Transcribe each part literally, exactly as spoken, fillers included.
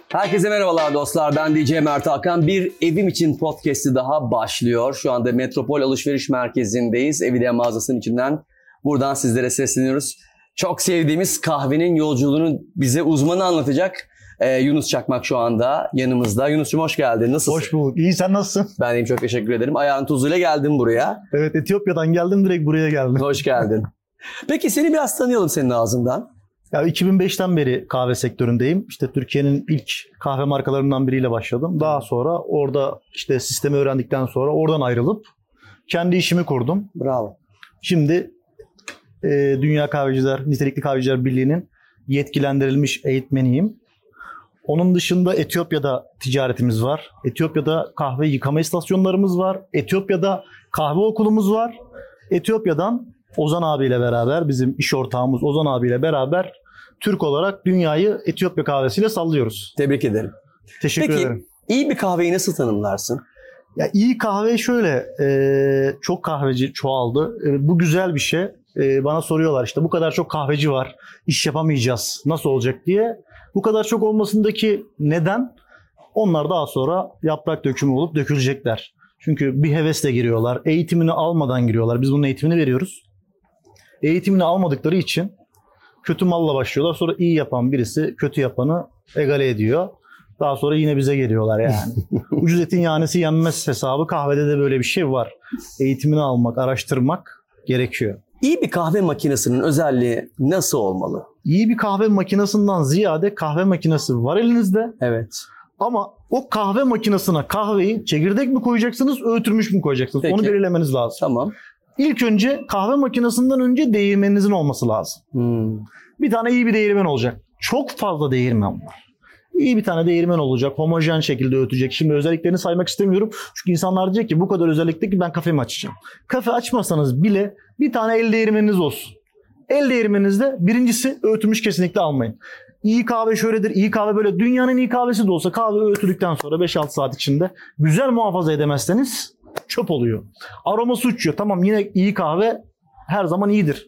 Herkese merhabalar dostlar. Ben D J Mert Hakan. Bir Evim İçin podcast'i daha başlıyor. Şu anda Metropol Alışveriş Merkezi'ndeyiz. Evide mağazasının içinden buradan sizlere sesleniyoruz. Çok sevdiğimiz kahvenin yolculuğunu bize uzmanı anlatacak ee, Yunus Çakmak şu anda yanımızda. Yunus'cum hoş geldin. Nasılsın? Hoş bulduk. İyi, sen nasılsın? Ben iyiyim, çok teşekkür ederim. Ayağın tuzuyla geldim buraya. Evet, Etiyopya'dan geldim, direkt buraya geldim. Hoş geldin. Peki seni biraz tanıyalım senin ağzından. Ya iki bin beşten beri kahve sektöründeyim. İşte Türkiye'nin ilk kahve markalarından biriyle başladım. Daha sonra orada işte sistemi öğrendikten sonra oradan ayrılıp kendi işimi kurdum. Bravo. Şimdi e, Dünya Kahveciler, Nitelikli Kahveciler Birliği'nin yetkilendirilmiş eğitmeniyim. Onun dışında Etiyopya'da ticaretimiz var. Etiyopya'da kahve yıkama istasyonlarımız var. Etiyopya'da kahve okulumuz var. Etiyopya'dan Ozan abiyle beraber, bizim iş ortağımız Ozan abiyle beraber Türk olarak dünyayı Etiyopya kahvesiyle sallıyoruz. Tebrik ederim. Teşekkür Peki, ederim. Peki iyi bir kahveyi nasıl tanımlarsın? Ya iyi kahve şöyle, e, çok kahveci çoğaldı. E, bu güzel bir şey. E, bana soruyorlar işte bu kadar çok kahveci var, iş yapamayacağız, nasıl olacak diye. Bu kadar çok olmasındaki neden? Onlar daha sonra yaprak dökümü olup dökülecekler. Çünkü bir hevesle giriyorlar, eğitimini almadan giriyorlar. Biz bunun eğitimini veriyoruz. Eğitimini almadıkları için kötü malla başlıyorlar. Sonra iyi yapan birisi kötü yapanı egale ediyor. Daha sonra yine bize geliyorlar yani. Ucuz etin yanesi yenmez hesabı, kahvede de böyle bir şey var. Eğitimini almak, araştırmak gerekiyor. İyi bir kahve makinesinin özelliği nasıl olmalı? İyi bir kahve makinesinden ziyade kahve makinesi var elinizde. Evet. Ama o kahve makinesine kahveyi çekirdek mi koyacaksınız, öğütülmüş mü koyacaksınız? Peki. Onu belirlemeniz lazım. Tamam. İlk önce kahve makinesinden önce değirmeninizin olması lazım. Hmm. Bir tane iyi bir değirmen olacak. Çok fazla değirmen var. İyi bir tane değirmen olacak. Homojen şekilde ötecek. Şimdi özelliklerini saymak istemiyorum. Çünkü insanlar diyecek ki bu kadar özellikle ki ben kafemi açacağım. Kafe açmasanız bile bir tane el değirmeniniz olsun. El değirmeninizde birincisi öğütülmüş kesinlikle almayın. İyi kahve şöyledir, iyi kahve böyle. Dünyanın iyi kahvesi de olsa kahve öğütüldükten sonra beş altı saat içinde güzel muhafaza edemezseniz çöp oluyor. Aroması uçuyor. Tamam, yine iyi kahve her zaman iyidir.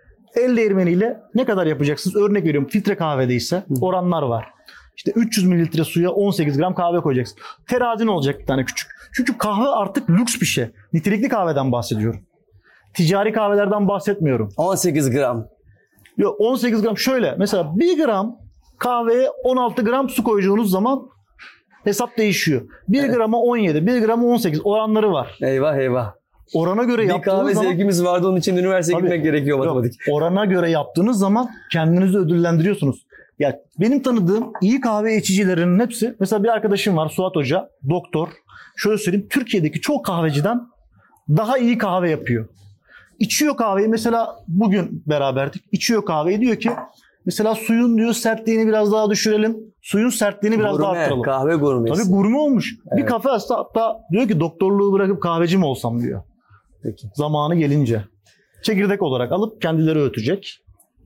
El değirmeniyle ne kadar yapacaksınız? Örnek veriyorum, filtre kahvedeyse oranlar var. İşte üç yüz mililitre suya on sekiz gram kahve koyacaksın. Terazin olacak bir tane küçük. Çünkü kahve artık lüks bir şey. Nitelikli kahveden bahsediyorum. Ticari kahvelerden bahsetmiyorum. on sekiz gram. Yok, on sekiz gram şöyle. Mesela bir gram kahveye on altı gram su koyduğunuz zaman hesap değişiyor. bir evet. grama on yedi, bir grama on sekiz oranları var. Eyvah eyvah. Orana göre bir yaptığınız kahve zaman... zevkimiz vardı, onun için üniversiteye Tabii, gitmek gerekiyor matematik. Yok, orana göre yaptığınız zaman kendinizi ödüllendiriyorsunuz. Ya benim tanıdığım iyi kahve içicilerinin hepsi, mesela bir arkadaşım var Suat Hoca, doktor. Şöyle söyleyeyim, Türkiye'deki çoğu kahveciden daha iyi kahve yapıyor. İçiyor kahveyi, mesela bugün beraberdik. İçiyor kahveyi, diyor ki mesela suyun diyor sertliğini biraz daha düşürelim. Suyun sertliğini biraz gurme, daha arttıralım. Kahve gurmesi. Tabii gurme olmuş. Evet. Bir kafe hasta hatta diyor ki doktorluğu bırakıp kahveci mi olsam diyor. Peki. Zamanı gelince. Çekirdek olarak alıp kendileri ötecek.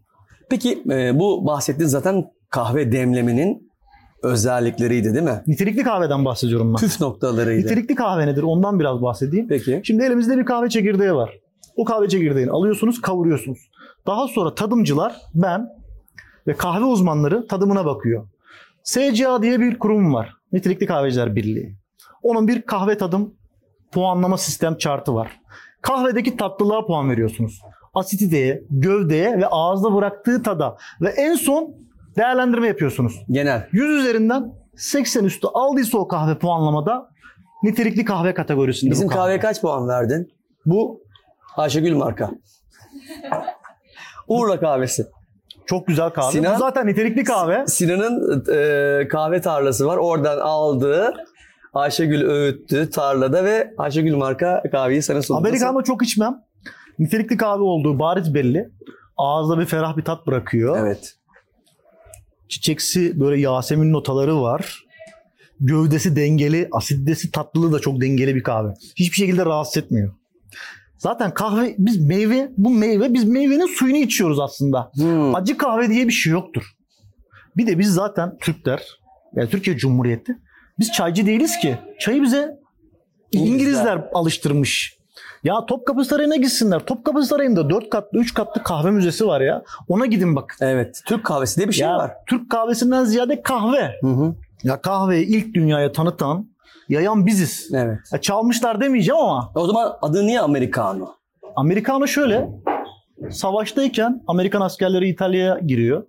Peki e, bu bahsettiğin zaten kahve demlemenin özellikleriydi değil mi? Nitelikli kahveden bahsediyorum ben. Püf noktalarıydı. Nitelikli kahve nedir? Ondan biraz bahsedeyim. Peki. Şimdi elimizde bir kahve çekirdeği var. O kahve çekirdeğini alıyorsunuz, kavuruyorsunuz. Daha sonra tadımcılar, ben ve kahve uzmanları tadımına bakıyor. S C A diye bir kurum var. Nitelikli Kahveciler Birliği. Onun bir kahve tadım puanlama sistem chartı var. Kahvedeki tatlılığa puan veriyorsunuz. Asititeye, gövdeye ve ağızda bıraktığı tada ve en son değerlendirme yapıyorsunuz. Genel. yüz üzerinden seksen üstü aldıysa o kahve puanlamada nitelikli kahve kategorisinde. Bizim bu kahve. kahveye kaç puan verdin? Bu Ayşegül marka. Urla kahvesi. çok güzel kahve. Sinan, bu zaten nitelikli kahve. Sinan'ın e, kahve tarlası var. Oradan aldığı, Ayşegül öğüttü tarlada ve Ayşegül marka kahveyi sana sundu. Amerikan'da çok içmem. Nitelikli kahve olduğu bariz belli. Ağızda bir ferah bir tat bırakıyor. Evet. Çiçeksi böyle Yasemin notaları var. Gövdesi dengeli, asiditesi tatlılığı da çok dengeli bir kahve. Hiçbir şekilde rahatsız etmiyor. Zaten kahve, biz meyve, bu meyve, biz meyvenin suyunu içiyoruz aslında. Hmm. Acı kahve diye bir şey yoktur. Bir de biz zaten Türkler, yani Türkiye Cumhuriyeti, biz çaycı değiliz ki. Çayı bize İngilizler, İngilizler alıştırmış. Ya Topkapı Sarayı'na gitsinler. Topkapı Sarayı'nda dört katlı, üç katlı kahve müzesi var ya. Ona gidin bakın. Evet. Türk kahvesi diye bir şey ya, var. Türk kahvesinden ziyade kahve. Hı hı. Ya kahveyi ilk dünyaya tanıtan, yayan biziz. Evet. Ya çalmışlar demeyeceğim ama. O zaman adı niye Americano? Americano şöyle. Savaştayken Amerikan askerleri İtalya'ya giriyor.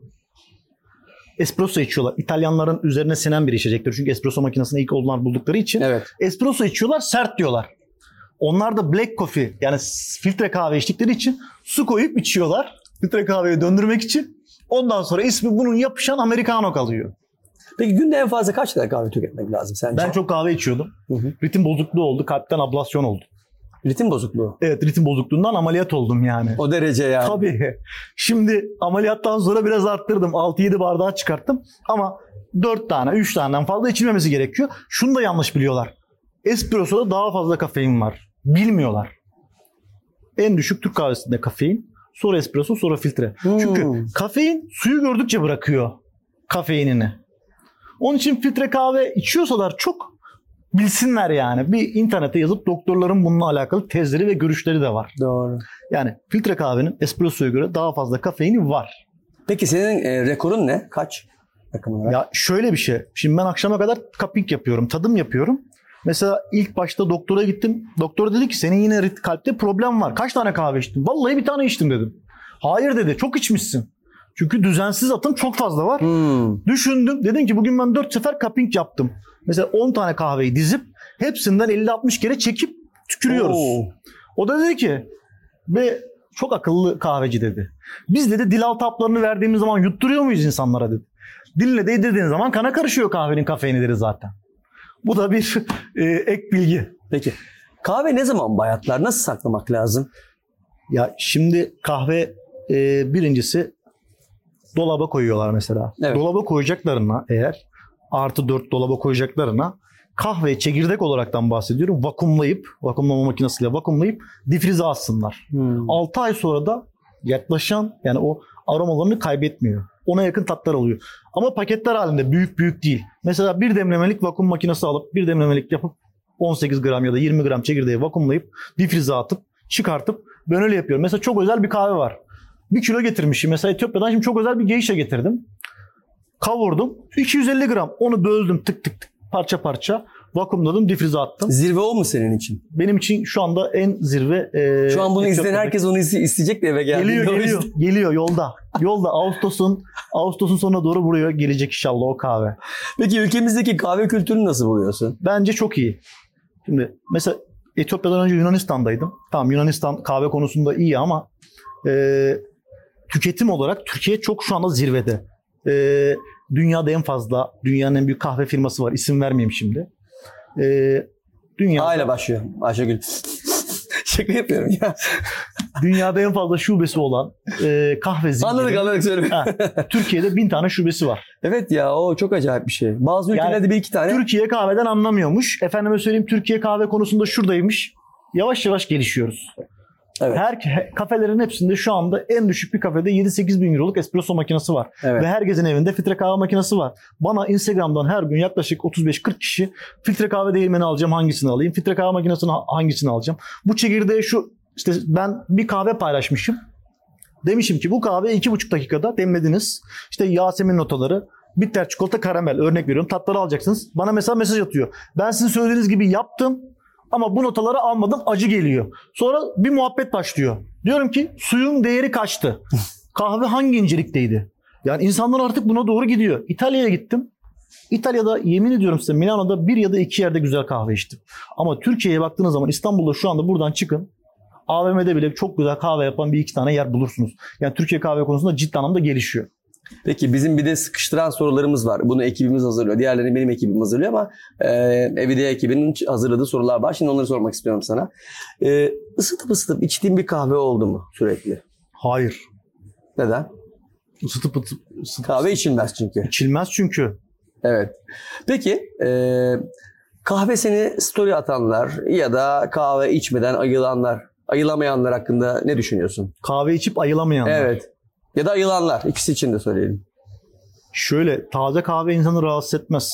Espresso içiyorlar. İtalyanların üzerine sinen bir içecektir. Çünkü espresso makinesinde ilk onlar buldukları için. Evet. Espresso içiyorlar, sert diyorlar. Onlar da black coffee, yani filtre kahve içtikleri için su koyup içiyorlar. Filtre kahveyi döndürmek için. Ondan sonra ismi bunun yapışan Americano kalıyor. Peki günde en fazla kaç tane kahve tüketmek lazım sence? Ben çok kahve içiyordum. Hı hı. Ritim bozukluğu oldu. Kalpten ablasyon oldu. Ritim bozukluğu. Evet, ritim bozukluğundan ameliyat oldum yani. O derece yani. Tabii. Şimdi ameliyattan sonra biraz arttırdım. altı yedi bardağı çıkarttım. Ama dört tane, üç taneden fazla içilmemesi gerekiyor. Şunu da yanlış biliyorlar. Espresso'da daha fazla kafein var. Bilmiyorlar. En düşük Türk kahvesinde kafein. Sonra espresso, sonra filtre. Hmm. Çünkü kafein suyu gördükçe bırakıyor kafeinini. Onun için filtre kahve içiyorsalar çok bilsinler yani. Bir internete yazıp doktorların bununla alakalı tezleri ve görüşleri de var. Doğru. Yani filtre kahvenin espressoya göre daha fazla kafeini var. Peki senin e, rekorun ne? Kaç? Rakam olarak. Ya şöyle bir şey. Şimdi ben akşama kadar cupping yapıyorum. Tadım yapıyorum. Mesela ilk başta doktora gittim. Doktor dedi ki senin yine rit- kalpte problem var. Kaç tane kahve içtin? Vallahi bir tane içtim dedim. Hayır dedi, çok içmişsin. Çünkü düzensiz atım çok fazla var. Hmm. Düşündüm. Dedim ki bugün ben dört sefer cupping yaptım. Mesela on tane kahveyi dizip hepsinden elli altmış kere çekip tükürüyoruz. Oo. O da dedi ki ve çok akıllı kahveci dedi. Biz dedi dil altı haplarını verdiğimiz zaman yutturuyor muyuz insanlara dedi. Dille değdirdiğin zaman kana karışıyor kahvenin kafeini dedi zaten. Bu da bir e, ek bilgi. Peki kahve ne zaman bayatlar? Nasıl saklamak lazım? Ya şimdi kahve e, birincisi dolaba koyuyorlar mesela. Evet. Dolaba koyacaklarına eğer artı dört dolaba koyacaklarına kahveyi çekirdek olaraktan bahsediyorum. Vakumlayıp, vakumlama makinesiyle vakumlayıp difrize atsınlar. Hmm. altı ay sonra da yaklaşan yani o aromalarını kaybetmiyor. Ona yakın tatlar alıyor. Ama paketler halinde büyük büyük değil. Mesela bir demlemelik vakum makinesi alıp bir demlemelik yapıp on sekiz gram ya da yirmi gram çekirdeği vakumlayıp difrize atıp çıkartıp ben öyle yapıyorum. Mesela çok özel bir kahve var. Bir kilo getirmişim. Mesela Etiyopya'dan şimdi çok özel bir geisha getirdim. Kavurdum. iki yüz elli gram. Onu böldüm tık tık tık parça parça. Vakumladım, difrize attım. Zirve o mu senin için? Benim için şu anda en zirve... E, Şu an bunu izleyen Etiyopya'daki- herkes onu iste- isteyecek de eve geldi. Geliyor, geliyor. Geliyor yolda. Yolda Ağustos'un Ağustos'un sonuna doğru buraya gelecek inşallah o kahve. Peki ülkemizdeki kahve kültürünü nasıl buluyorsun? Bence çok iyi. Şimdi mesela Etiyopya'dan önce Yunanistan'daydım. Tamam, Yunanistan kahve konusunda iyi ama e, tüketim olarak Türkiye çok şu anda zirvede. E, dünyada en fazla, dünyanın en büyük kahve firması var. İsim vermeyeyim şimdi. E, dünyada, A ile başlıyor Ayşegül. Şaka yapıyorum ya. dünyada en fazla şubesi olan e, kahve zinciri. Anladık anladık söyle. Ha, Türkiye'de bin tane şubesi var. Evet ya o çok acayip bir şey. Bazı ülkelerde Yani bir iki tane. Türkiye kahveden anlamıyormuş. Efendime söyleyeyim Türkiye kahve konusunda şuradaymış. Yavaş yavaş gelişiyoruz. Evet. Her he- kafelerin hepsinde şu anda en düşük bir kafede yedi sekiz bin euroluk espresso makinesi var. Evet. Ve herkesin evinde filtre kahve makinesi var. Bana Instagram'dan her gün yaklaşık otuz beş kırk kişi filtre kahve değirmeni alacağım, hangisini alayım? Filtre kahve makinesini ha- hangisini alacağım? Bu çekirdeği şu işte ben bir kahve paylaşmışım. Demişim ki bu kahve iki buçuk dakikada demlediniz. İşte Yasemin notaları, bitter çikolata, karamel örnek veriyorum. Tatları alacaksınız. Bana mesela mesaj atıyor. Ben sizin söylediğiniz gibi yaptım. Ama bu notaları almadım, acı geliyor. Sonra bir muhabbet başlıyor. Diyorum ki suyun değeri kaçtı? Kahve hangi incelikteydi? Yani insanlar artık buna doğru gidiyor. İtalya'ya gittim. İtalya'da yemin ediyorum size Milano'da bir ya da iki yerde güzel kahve içtim. Ama Türkiye'ye baktığınız zaman İstanbul'da şu anda buradan çıkın. A V M'de bile çok güzel kahve yapan bir iki tane yer bulursunuz. Yani Türkiye kahve konusunda ciddi anlamda gelişiyor. Peki bizim bir de sıkıştıran sorularımız var. Bunu ekibimiz hazırlıyor. Diğerlerini benim ekibim hazırlıyor ama e, Evide ekibinin hazırladığı sorular var. Şimdi onları sormak istiyorum sana. E, ısıtıp ısıtıp içtiğin bir kahve oldu mu sürekli? Hayır. Neden? Isıtıp ısıtıp, ısıtıp Kahve içilmez çünkü. içilmez çünkü. Evet. Peki e, kahvesini story atanlar ya da kahve içmeden ayılanlar, ayılamayanlar hakkında ne düşünüyorsun? Kahve içip ayılamayanlar. Evet. Ya da ayılanlar. İkisi için de söyleyelim. Şöyle taze kahve insanı rahatsız etmez.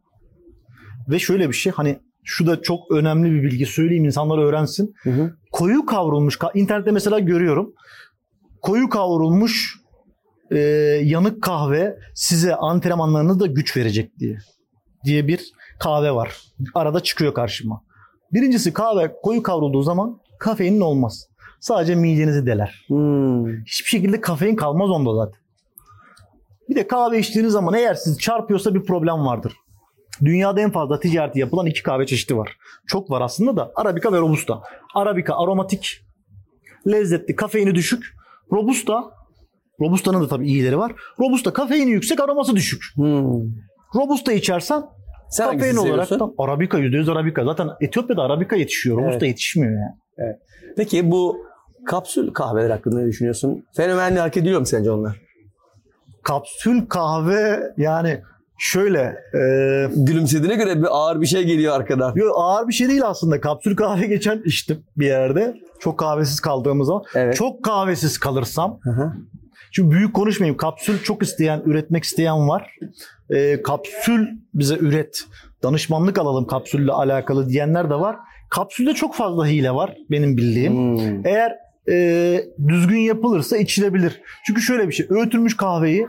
Ve şöyle bir şey hani şu da çok önemli bir bilgi söyleyeyim insanlar öğrensin. Hı hı. Koyu kavrulmuş internette mesela görüyorum. Koyu kavrulmuş e, yanık kahve size antrenmanlarınızda güç verecek diye. diye bir kahve var. Arada çıkıyor karşıma. Birincisi kahve koyu kavrulduğu zaman kafeinin olmaz. Sadece midenizi deler. Hmm. Hiçbir şekilde kafein kalmaz onda zaten. Bir de kahve içtiğiniz zaman eğer sizi çarpıyorsa bir problem vardır. Dünyada en fazla ticareti yapılan iki kahve çeşidi var. Çok var aslında da Arabica ve Robusta. Arabica aromatik, lezzetli, kafeini düşük. Robusta, Robusta'nın da tabii iyileri var. Robusta kafeini yüksek, aroması düşük. Hmm. Robusta içersen Sen kafein hangisini olarak seviyorsun? da Arabica, yüzde yüz Arabica. Zaten Etiyopya'da Arabica yetişiyor. Robusta Evet. yetişmiyor yani. Evet. Peki bu kapsül kahveler hakkında ne düşünüyorsun? Fenomenli hareket ediliyor mu sence onlar? Kapsül kahve yani şöyle e, Gülümsediğine göre bir ağır bir şey geliyor arkadan. yo, ağır bir şey değil aslında. Kapsül kahve geçen içtim bir yerde. Çok kahvesiz kaldığımız zaman. Evet. Çok kahvesiz kalırsam. Hı hı. Çünkü büyük konuşmayayım. Kapsül çok isteyen, üretmek isteyen var. E, kapsül bize üret. Danışmanlık alalım kapsülle alakalı diyenler de var. Kapsülde çok fazla hile var benim bildiğim. Hmm. Eğer e, düzgün yapılırsa içilebilir. Çünkü şöyle bir şey. Öğütülmüş kahveyi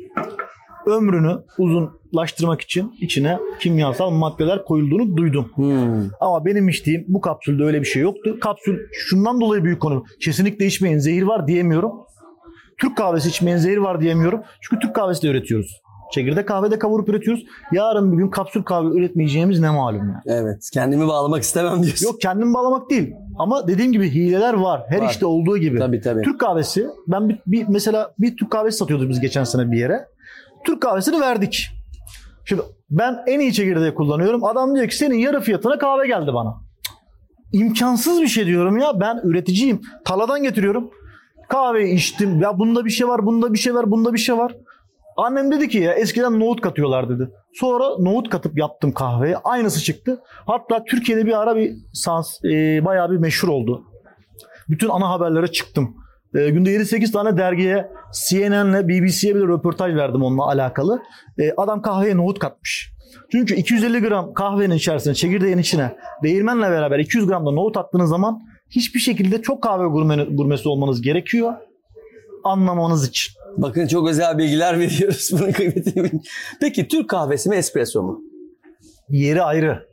ömrünü uzunlaştırmak için içine kimyasal maddeler koyulduğunu duydum. Hmm. Ama benim içtiğim bu kapsülde öyle bir şey yoktu. Kapsül şundan dolayı büyük konu. Kesinlikle içmeyin, zehir var diyemiyorum. Türk kahvesi içmeyin, zehir var diyemiyorum. Çünkü Türk kahvesi de üretiyoruz. Çekirdek kahvede kavurup üretiyoruz. Yarın bir gün kapsül kahve üretmeyeceğimiz ne malum yani. Evet. Kendimi bağlamak istemem diyorsun. Yok, kendimi bağlamak değil. Ama dediğim gibi hileler var. Her Var. işte olduğu gibi. Tabii tabii. Türk kahvesi, ben bir, bir mesela bir Türk kahvesi satıyorduk biz geçen sene bir yere. Türk kahvesini verdik. Şimdi ben en iyi çekirdeği kullanıyorum. Adam diyor ki senin yarı fiyatına kahve geldi bana. Cık, İmkansız bir şey diyorum ya. Ben üreticiyim. Tarladan getiriyorum. Kahveyi içtim. Ya bunda bir şey var, bunda bir şey var, bunda bir şey var. Annem dedi ki ya eskiden nohut katıyorlar dedi. Sonra nohut katıp yaptım kahveyi. Aynısı çıktı. Hatta Türkiye'de bir ara bir sans, e, bayağı bir meşhur oldu. Bütün ana haberlere çıktım. E, günde yedi sekiz tane dergiye, C N N'le, B B C'ye bile röportaj verdim onunla alakalı. E, adam kahveye nohut katmış. Çünkü iki yüz elli gram kahvenin içerisine, çekirdeğin içine değirmenle beraber iki yüz gram da nohut attığınız zaman hiçbir şekilde çok kahve gurme, gurmesi olmanız gerekiyor. Anlamanız için. Bakın çok özel bilgiler veriyoruz. Bunun kıymetini bilin. Peki Türk kahvesi mi espresso mu? Yeri ayrı.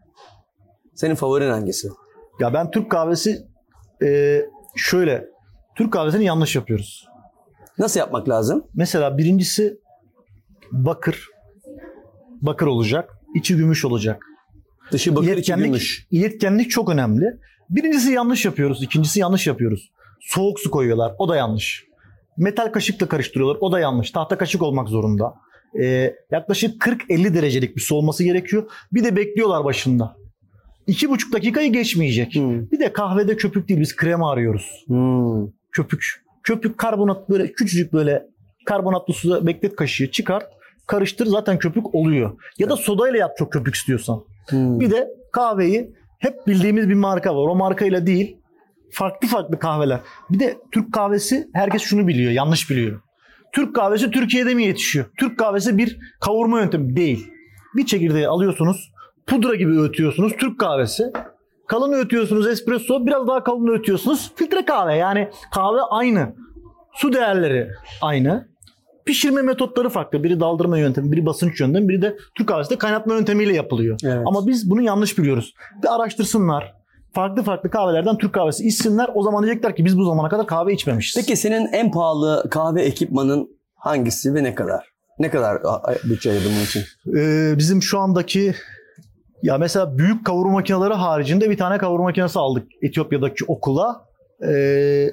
Senin favorin hangisi? Ya ben Türk kahvesi e, şöyle. Türk kahvesini yanlış yapıyoruz. Nasıl yapmak lazım? Mesela birincisi bakır. Bakır olacak. İçi gümüş olacak. Dışı bakır, içi İletkenlik, gümüş. iletkenlik çok önemli. Birincisi yanlış yapıyoruz. İkincisi yanlış yapıyoruz. Soğuk su koyuyorlar. O da yanlış. Metal kaşıkla karıştırıyorlar. O da yanlış. Tahta kaşık olmak zorunda. Ee, yaklaşık kırk elli derecelik bir soğuması gerekiyor. Bir de bekliyorlar başında. İki buçuk dakikayı geçmeyecek. Hmm. Bir de kahvede köpük değil. Biz krema arıyoruz. Hmm. Köpük. Köpük karbonat böyle küçücük böyle karbonatlı suda beklet kaşığı çıkar. Karıştır zaten köpük oluyor. Ya da sodayla yap çok köpük istiyorsan. Hmm. Bir de kahveyi hep bildiğimiz bir marka var. O markayla değil. Farklı farklı kahveler. Bir de Türk kahvesi herkes şunu biliyor. Yanlış biliyor. Türk kahvesi Türkiye'de mi yetişiyor? Türk kahvesi bir kavurma yöntemi değil. Bir çekirdeği alıyorsunuz. Pudra gibi öğütüyorsunuz. Türk kahvesi. Kalın öğütüyorsunuz espresso. Biraz daha kalın öğütüyorsunuz. Filtre kahve. Yani kahve aynı. Su değerleri aynı. Pişirme metotları farklı. Biri daldırma yöntemi, biri basınç yöntemi, biri de Türk kahvesi de kaynatma yöntemiyle yapılıyor. Evet. Ama biz bunu yanlış biliyoruz. Bir araştırsınlar. Farklı farklı kahvelerden Türk kahvesi içsinler. O zaman diyecekler ki biz bu zamana kadar kahve içmemişiz. Peki senin en pahalı kahve ekipmanın hangisi ve ne kadar? Ne kadar bütçe ayırdın bunun için? Ee, bizim şu andaki ya mesela büyük kavurma makineleri haricinde bir tane kavurma makinesi aldık Etiyopya'daki okula. Ee,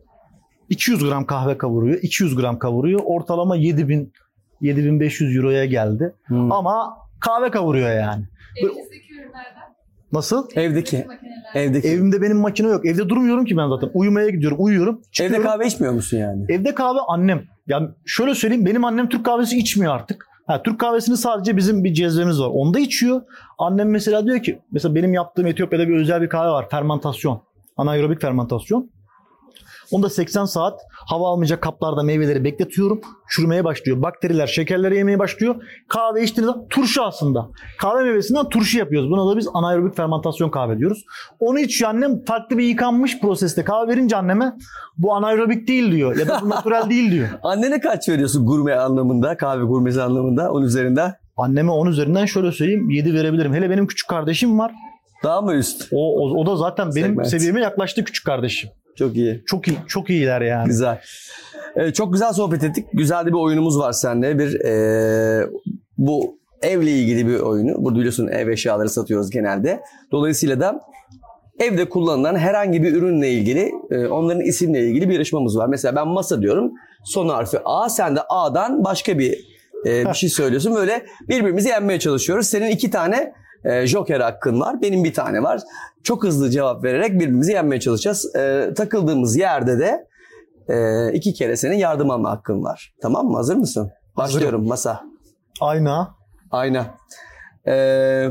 iki yüz gram kahve kavuruyor. iki yüz gram kavuruyor. Ortalama yedi bin yedi bin beş yüz euroya geldi. Hmm. Ama kahve kavuruyor yani. Böyle- Evinizdeki ürünlerden. Nasıl? Evdeki. Makineler. Evdeki. Evimde benim makine yok. Evde durmuyorum ki ben zaten. Uyumaya gidiyorum, uyuyorum. Evde çıkıyorum. kahve içmiyor musun yani? Evde kahve annem. Yani şöyle söyleyeyim, benim annem Türk kahvesi içmiyor artık. Ha, Türk kahvesini sadece bizim bir cezvemiz var. Onda içiyor. Annem mesela diyor ki, mesela benim yaptığım Etiyopya'da bir özel bir kahve var. Fermentasyon. Anaerobik fermentasyon. Onda seksen saat hava almayacak kaplarda meyveleri bekletiyorum. Çürümeye başlıyor. Bakteriler şekerleri yemeye başlıyor. Kahve içtiğiniz zaman turşu aslında. Kahve meyvesinden turşu yapıyoruz. Buna da biz anaerobik fermentasyon kahve diyoruz. Onu içiyor annem. Farklı bir yıkanmış proseste kahve verince anneme bu anaerobik değil diyor. Ya da bu natural değil diyor. Annene kaç veriyorsun gurme anlamında, kahve gurmesi anlamında onun üzerinden? Anneme on üzerinden şöyle söyleyeyim yedi verebilirim. Hele benim küçük kardeşim var. Daha mı üst? O, o, o da zaten benim Segment. seviyeme yaklaştı küçük kardeşim. Çok iyi. Çok iyi, çok iyiler yani. Güzel. Evet, çok güzel sohbet ettik. Güzel de bir oyunumuz var seninle. Bir e, bu evle ilgili bir oyunu. Burada biliyorsun ev eşyaları satıyoruz genelde. Dolayısıyla da evde kullanılan herhangi bir ürünle ilgili, e, onların isimle ilgili bir yarışmamız var. Mesela ben masa diyorum. Son harfi A. Sen de A'dan başka bir e, bir şey söylüyorsun. Böyle birbirimizi yenmeye çalışıyoruz. Senin iki tane e, joker hakkın var. Benim bir tane var. Çok hızlı cevap vererek birbirimizi yenmeye çalışacağız. E, takıldığımız yerde de e, iki kere senin yardım alma hakkın var. Tamam mı? Hazır mısın? Başlıyorum. Masa. Ayna. Ayna. E,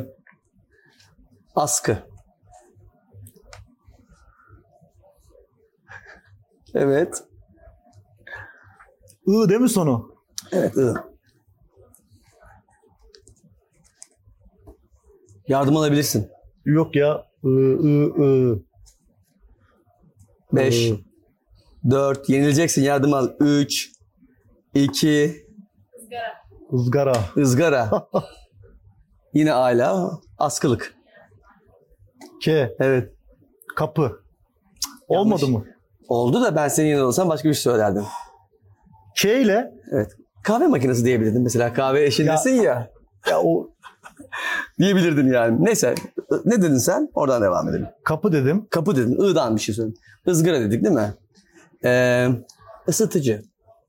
askı. Evet. I değil mi sonu? Evet. I. Yardım alabilirsin. Yok ya. I, I, I. beş, I. dört, yenileceksin, yardım al. üç, iki, Izgara. ızgara. Yine hala askılık. K. Evet. Kapı. Olmadı Yanlış. mı? Oldu da ben senin yerinde olsam başka bir şey söylerdim. K ile Evet. Kahve makinesi diyebilirdin mesela. Kahve eşindesin ya. ya. ya o Diyebilirdin yani. Neyse. Ne dedin sen? Oradan devam edelim. kapı dedim. Kapı dedin. I'dan bir şey söyledin. Izgara dedik değil mi? Ee, ısıtıcı.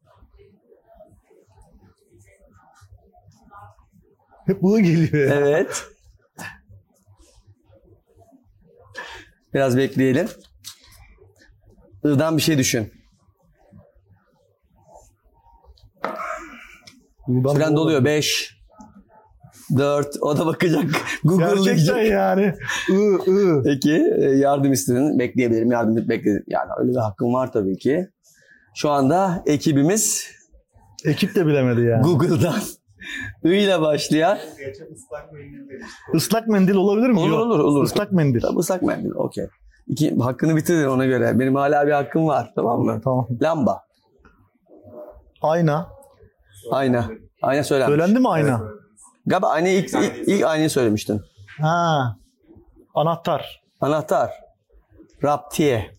Hep I geliyor ya. Evet. Biraz bekleyelim. I'dan bir şey düşün. I'dan Süren ne doluyor. olur? beş, dört, o da bakacak. Gerçekten Google'layacak. yani. I, I. Peki yardım istedin. Bekleyebilirim. Yardım et bekledin. Yani öyle bir hakkım var tabii ki. Şu anda ekibimiz Ekip de bilemedi yani. Google'dan I ile başlayan. Islak mendil olabilir mi? Olur, Yok. olur, olur. Islak mendil. Tabii ıslak mendil. Okey. İki, hakkını bitirdin ona göre. Benim hala bir hakkım var. Tamam mı? Tamam. Lamba. Ayna. Ayna. Ayna söylenmiş. Söylendi mi ayna? Galiba aynayı ilk, ilk, ilk aynayı söylemiştin. Ha. Anahtar. Anahtar. Raptiye.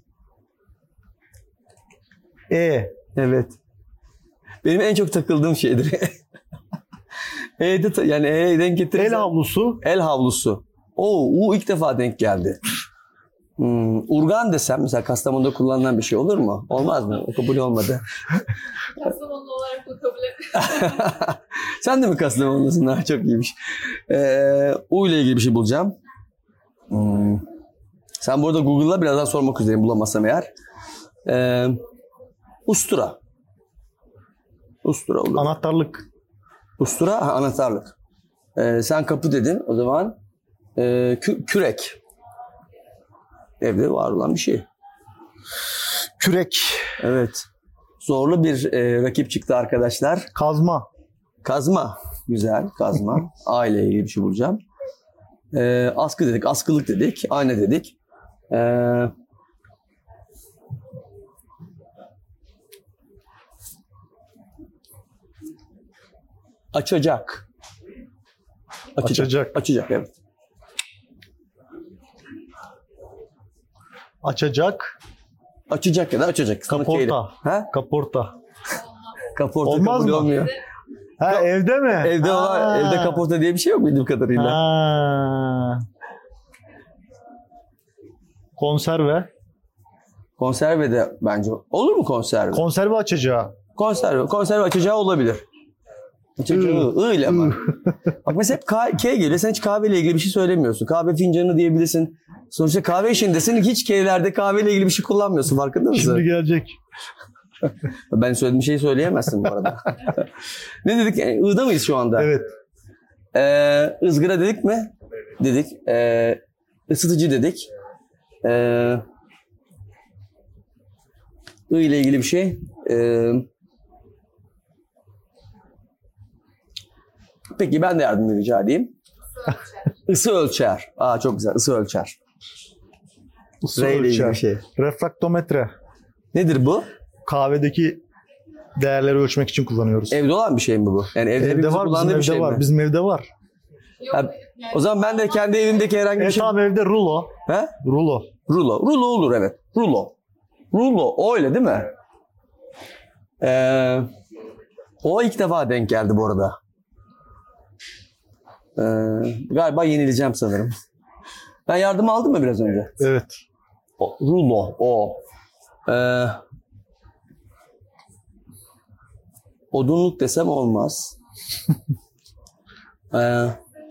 E. Evet. Benim en çok takıldığım şeydir. E'de ta- yani E'ye denk getirirsen. El havlusu. El havlusu. Oo, U ilk defa denk geldi. Hmm, urgan desem mesela Kastamonu'da kullanılan bir şey olur mu? Olmaz mı? O kabul olmadı. Kastamonu olarak bu kabul et. Sen de mi Kastamonu'lusun? Ha, çok iyiymiş. Ee, U ile ilgili bir şey bulacağım. Hmm. Sen burada Google'la birazdan sormak üzereyim bulamazsam eğer. Ee, ustura. Ustura olur. Anahtarlık. Ustura, ha, anahtarlık. Ee, sen kapı dedin. O zaman e, kü- kürek. Evde var olan bir şey. Kürek. Evet. Zorlu bir e, rakip çıktı arkadaşlar. Kazma. Kazma. Güzel. Kazma. Aile ilgili bir şey bulacağım. Ee, askı dedik. Askılık dedik. Ayna dedik. Ee, açacak. Açacak. Açacak, evet. Açacak. Açacak ya da açacak. Sana Kaporta. keyle- Ha? Kaporta. Kaporta Olmaz kabul mı? olmuyor. Ha evde mi? Evde olan, Ha. evde kaporta diye bir şey yok bildiğim kadarıyla. Ha. Konserve. Konserve de bence olur mu konserve? Konserve açacağı. Konserve. Konserve açacağı olabilir. Açacağı I ile ama. Bak mesela hep K, K geliyor. Sen hiç kahveyle ilgili bir şey söylemiyorsun. Kahve fincanı diyebilirsin. Sonuçta kahve işindesin. Hiç K'lerde kahveyle ilgili bir şey kullanmıyorsun. Farkında mısın? Şimdi gelecek. Ben söylediğim şeyi söyleyemezsin bu arada. Ne dedik? E, I'da mıyız şu anda? Evet. Ee, ızgara dedik mi? Dedik. Ee, ısıtıcı dedik. Ee, I ile ilgili bir şey. Ee, peki ben de yardımcı rica edeyim. Isı ölçer. Aa çok güzel. Isı ölçer. Isı R ile ilgili ölçer. bir şey. Refraktometre. Nedir bu? Kahvedeki değerleri ölçmek için kullanıyoruz. Evde olan bir şey mi bu? Yani evde, Evde hepimizin var, bizim kullandığı evde bir şey var. mi? Bizim evde var. Yok, Ha, yani O zaman ben de kendi evimdeki herhangi bir E şey... tamam, evde rulo. He? Rulo. Rulo. Rulo olur, evet. Rulo. Rulo. O öyle değil mi? Ee, o ilk defa denk geldi bu arada. Ee, galiba yenileceğim sanırım. Ben yardım aldım mı biraz önce? Evet. O, rulo. O. Ee, odunluk desem olmaz. ee,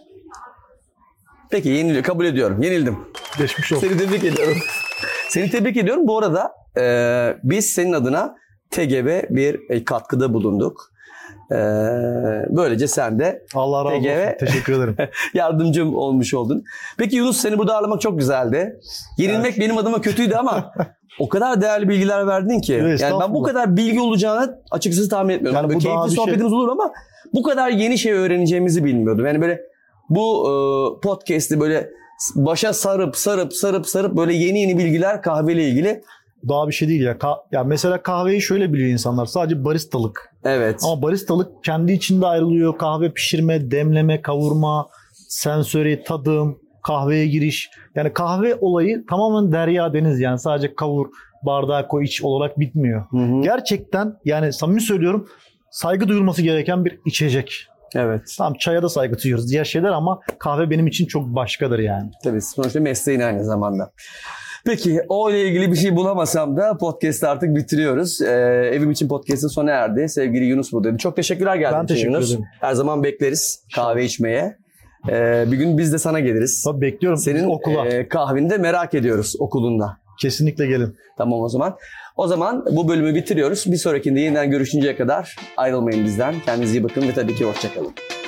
peki yeniliyor. Kabul ediyorum. Yenildim. Geçmiş olsun. Seni tebrik ediyorum. Seni tebrik ediyorum. Bu arada e, biz senin adına T G B bir e, katkıda bulunduk. E, böylece sen de Allah razı T G B olsun. Teşekkür ederim. yardımcım olmuş oldun. Peki Yunus, seni burada ağırlamak çok güzeldi. Yenilmek benim adıma kötüydü ama o kadar değerli bilgiler verdin ki. Evet, Yani ben bu estağfurullah. kadar bilgi olacağını açıkçası tahmin etmiyordum. Yani Böyle bu daha keyifli bir şey- sohbetimiz olur ama bu kadar yeni şey öğreneceğimizi bilmiyordum. Yani böyle bu e, podcast'i böyle başa sarıp sarıp sarıp sarıp böyle yeni yeni bilgiler kahveyle ilgili. Daha bir şey değil ya. Ka- ya mesela kahveyi şöyle biliyor insanlar. Sadece baristalık. Evet. Ama baristalık kendi içinde ayrılıyor. Kahve pişirme, demleme, kavurma, sensörü, tadım, kahveye giriş. Yani kahve olayı tamamen derya deniz, yani sadece kavur, bardağa koy, iç olarak bitmiyor. Hı hı. Gerçekten yani samimi söylüyorum, saygı duyulması gereken bir içecek. Evet. Tamam, çaya da saygı duyuyoruz, diğer şeyler, ama kahve benim için çok başkadır yani. Tabii sonuçta mesleğin aynı zamanda. Peki o ile ilgili bir şey bulamasam da podcast'ı artık bitiriyoruz. Ee, Evim için podcast'ı sona erdi. Sevgili Yunus buradaydı. Çok teşekkürler geldiğin Ben için teşekkür Yunus. ederim. Her zaman bekleriz kahve içmeye. Ee, bir gün biz de sana geliriz. Tabii bekliyorum Senin okula. e, kahveni de merak ediyoruz okulunda. Kesinlikle gelin. Tamam o zaman. O zaman bu bölümü bitiriyoruz. Bir sonrakinde yeniden görüşünceye kadar ayrılmayın bizden. Kendinize iyi bakın ve tabii ki hoşça kalın.